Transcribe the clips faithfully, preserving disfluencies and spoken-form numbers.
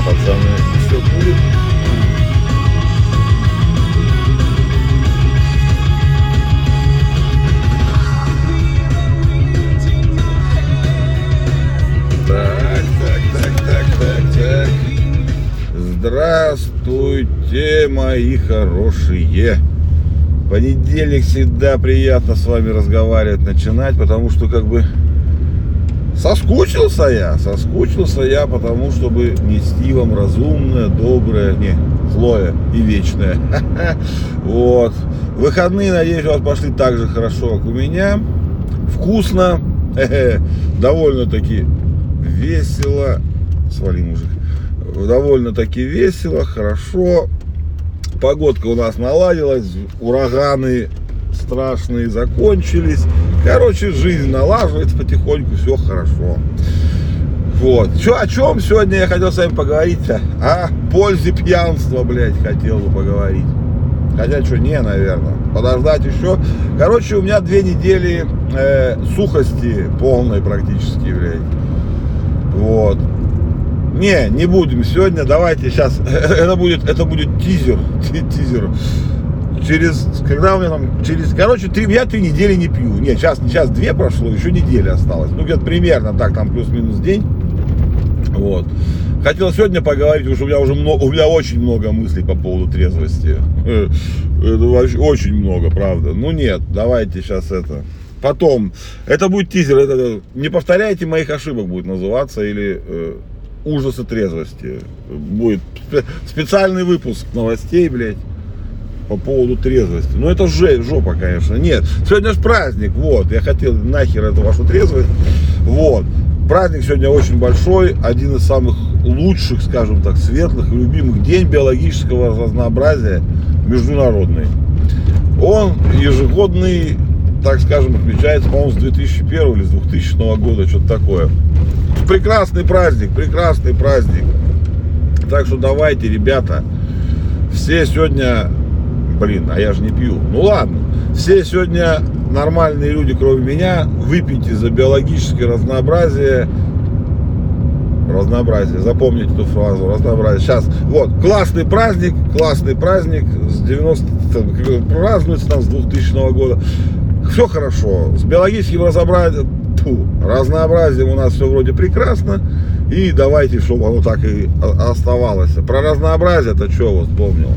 пацаны, все будет. Так, так, так, так, так, так. Здравствуйте, мои хорошие. Понедельник всегда приятно с вами разговаривать, начинать, потому что как бы соскучился я, соскучился я, потому чтобы нести вам разумное, доброе, не, злое и вечное. Вот. Выходные, надеюсь, у вас пошли так же хорошо, как у меня. Вкусно, довольно-таки весело. Свали, мужик. Довольно-таки весело, хорошо. Погодка у нас наладилась, ураганы страшные закончились. Короче, жизнь налаживается потихоньку, все хорошо. Вот. Чё, о чем сегодня я хотел с вами поговорить-то? О пользе пьянства, блядь, хотел бы поговорить. Хотя, что, не, наверное. Подождать еще. Короче, у меня две недели э, сухости полной практически, блядь. Вот. Не, не будем сегодня, давайте сейчас, это будет, это будет тизер, тизер. Через, когда у меня там, через, короче, три, я три недели не пью. Нет, сейчас, сейчас две прошло, еще неделя осталось. Ну, где-то примерно так, там плюс-минус день. Вот. Хотел сегодня поговорить, потому что у меня уже много, у меня очень много мыслей по поводу трезвости. Это вообще очень много, правда. Ну нет, давайте сейчас это. Потом, это будет тизер, это, не повторяйте моих ошибок будет называться, или э, ужасы трезвости. Будет специальный выпуск новостей, блядь, по поводу трезвости. Ну это же жопа, конечно. Нет, сегодня же праздник, вот, я хотел нахер эту вашу трезвость. Вот, праздник сегодня очень большой, один из самых лучших, скажем так, светлых и любимых, день биологического разнообразия международный. Он ежегодный, так скажем, отмечается, по-моему, с две тысячи первого или с двухтысячного года, что-то такое. Прекрасный праздник, прекрасный праздник. Так что давайте, ребята, все сегодня, блин, а я же не пью. Ну ладно, все сегодня нормальные люди, кроме меня, выпейте за биологическое разнообразие. Разнообразие, запомните эту фразу, разнообразие. Сейчас, вот, классный праздник, классный праздник, с девяностого, празднуется там с двухтысячного года. Все хорошо, с биологическим разнообразием, фу, разнообразием у нас все вроде прекрасно. И давайте, чтобы оно так и оставалось. Про разнообразие-то что вот вспомнил.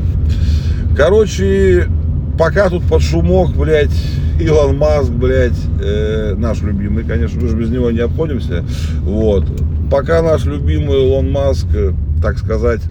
Короче, пока тут под шумок, блядь, Илон Маск, блядь, э, наш любимый, конечно, мы же без него не обходимся. Вот. Пока наш любимый Илон Маск, так сказать,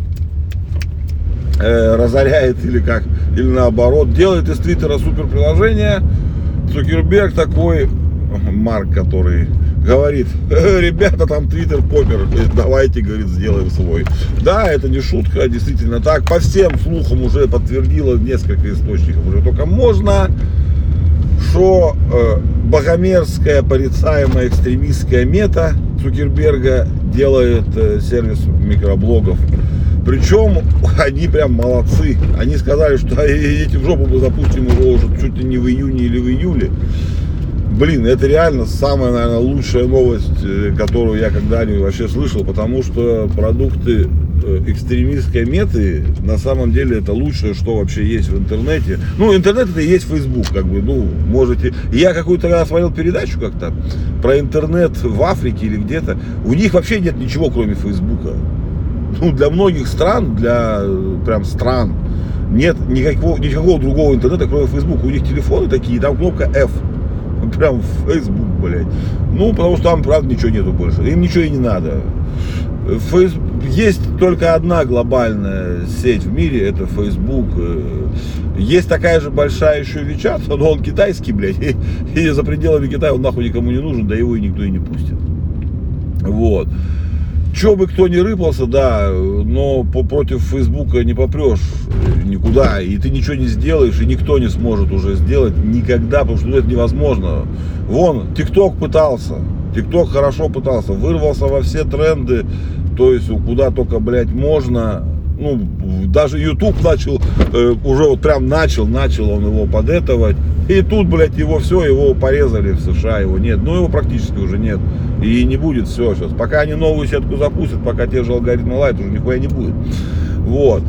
э, разоряет или как, или наоборот, делает из Твиттера супер приложение, Цукерберг такой, Марк, который говорит: ребята, там Твиттер помер, давайте, говорит, сделаем свой. Да, это не шутка, действительно так. По всем слухам уже подтвердило несколько источников, уже только можно, что э, богомерзкая, порицаемая экстремистская мета Цукерберга делает э, сервис микроблогов. Причем они прям молодцы. Они сказали, что эти в жопу мы запустим уже, уже чуть ли не в июне или в июле. Блин, это реально самая, наверное, лучшая новость, которую я когда-нибудь вообще слышал, потому что продукты экстремистской меты на самом деле это лучшее, что вообще есть в интернете. Ну, интернет это и есть Facebook, как бы, ну, можете. Я какую-то раз смотрел передачу как-то про интернет в Африке или где-то. У них вообще нет ничего, кроме Фейсбука. Ну, для многих стран, для прям стран, нет никакого, никакого другого интернета, кроме Facebook. У них телефоны такие, там кнопка F. Прям в Facebook, блядь. Ну, потому что там, правда, ничего нету больше. Им ничего и не надо. Facebook... Есть только одна глобальная сеть в мире, это Facebook. Есть такая же большая еще WeChat, но он китайский, блядь. И, и за пределами Китая он нахуй никому не нужен, да его и никто и не пустит. Вот. Че бы кто ни рыпался, да, но по, против Фейсбука не попрешь никуда, и ты ничего не сделаешь, и никто не сможет уже сделать никогда, потому что это невозможно. Вон, ТикТок пытался, ТикТок хорошо пытался, вырвался во все тренды, то есть куда только, блядь, можно. Ну, даже YouTube начал, э, уже вот прям начал, начал он его подэтовать. И тут, блядь, его все, его порезали в США, его нет. Ну, его практически уже нет. И не будет все сейчас. Пока они новую сетку запустят, пока те же алгоритмы лайт, уже нихуя не будет. Вот.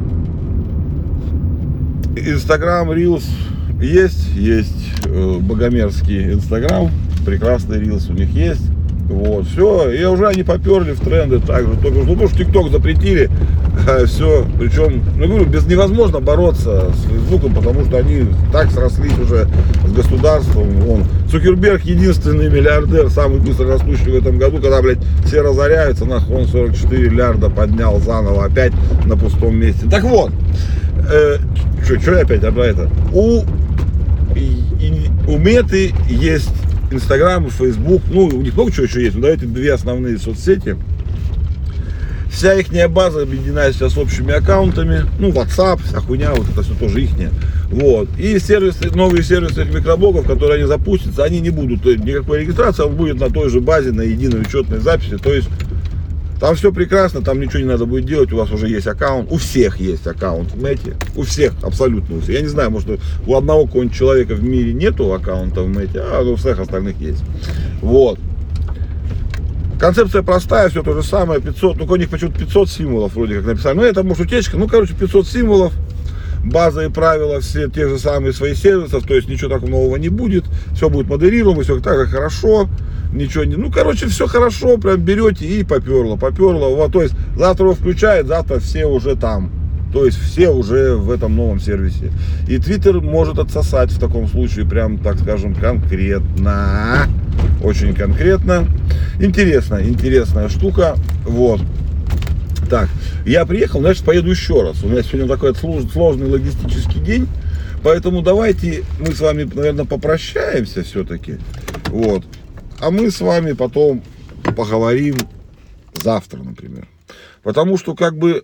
Инстаграм, Reels есть, есть э, богомерзкий Инстаграм, прекрасный Reels у них есть. Вот, все, и уже они поперли в тренды также, только ну, потому что ТикТок запретили, а, все, причем, ну, говорю, без невозможно бороться с Фейсбуком, потому что они так срослись уже с государством. Он, Цукерберг единственный миллиардер, самый быстро растущий в этом году, когда, блядь, все разоряются, нахуй он сорок четыре миллиарда поднял заново опять на пустом месте. Так вот, э, что я опять об это? У, и, и, у Меты есть Инстаграм, Фейсбук, ну, у них много чего еще есть, но давайте две основные соцсети. Вся ихняя база объединена сейчас общими аккаунтами, ну, WhatsApp, вся хуйня, вот это все тоже ихняя. Вот. И сервисы, новые сервисы их микроблогов, которые они запустятся, они не будут, никакой регистрации, он будет на той же базе, на единой учетной записи, то есть там все прекрасно, там ничего не надо будет делать, у вас уже есть аккаунт, у всех есть аккаунт в Мете, у всех, абсолютно у всех. Я не знаю, может у одного какого-нибудь человека в мире нету аккаунта в Мете, а у всех остальных есть. Вот. Концепция простая, все то же самое, пятьсот, ну у них почему-то пятьсот символов вроде как написали, ну это может утечка, ну короче пятьсот символов, база и правила все те же самые свои сервисов, то есть ничего такого нового не будет, все будет модерируемо, все так же хорошо. Ничего не, ну короче все хорошо, прям берете и поперло, поперло, вот, то есть завтра его включает, завтра все уже там, то есть все уже в этом новом сервисе. И Twitter может отсосать в таком случае, прям, так скажем, конкретно, очень конкретно. Интересно, интересная штука, вот. Так, я приехал, значит, поеду еще раз. У меня сегодня такой сложный логистический день, поэтому давайте мы с вами, наверное, попрощаемся все-таки, вот. А мы с вами потом поговорим завтра, например. Потому что как бы,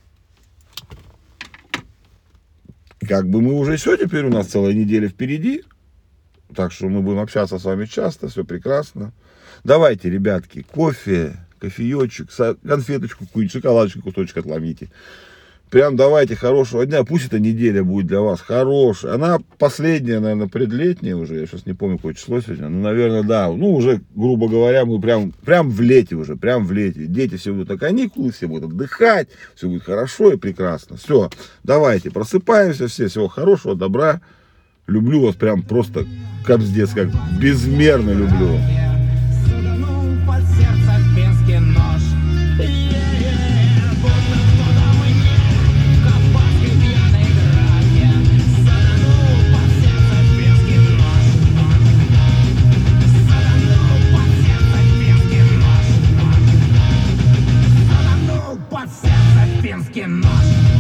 как бы мы уже все, теперь у нас целая неделя впереди. Так что мы будем общаться с вами часто, все прекрасно. Давайте, ребятки, кофе, кофеечек, конфеточку, какую-нибудь шоколадочку, кусочек отломите. Прям давайте хорошего дня. Пусть эта неделя будет для вас хорошая. Она последняя, наверное, предлетняя уже. Я сейчас не помню, какое число сегодня. Ну, наверное, да. Ну, уже, грубо говоря, мы прям, прям в лете уже. Прям в лете. Дети все будут на каникулы, все будут отдыхать. Все будет хорошо и прекрасно. Все, давайте, просыпаемся все. Всего хорошего, добра. Люблю вас прям просто капздец, как безмерно люблю. Финский нож.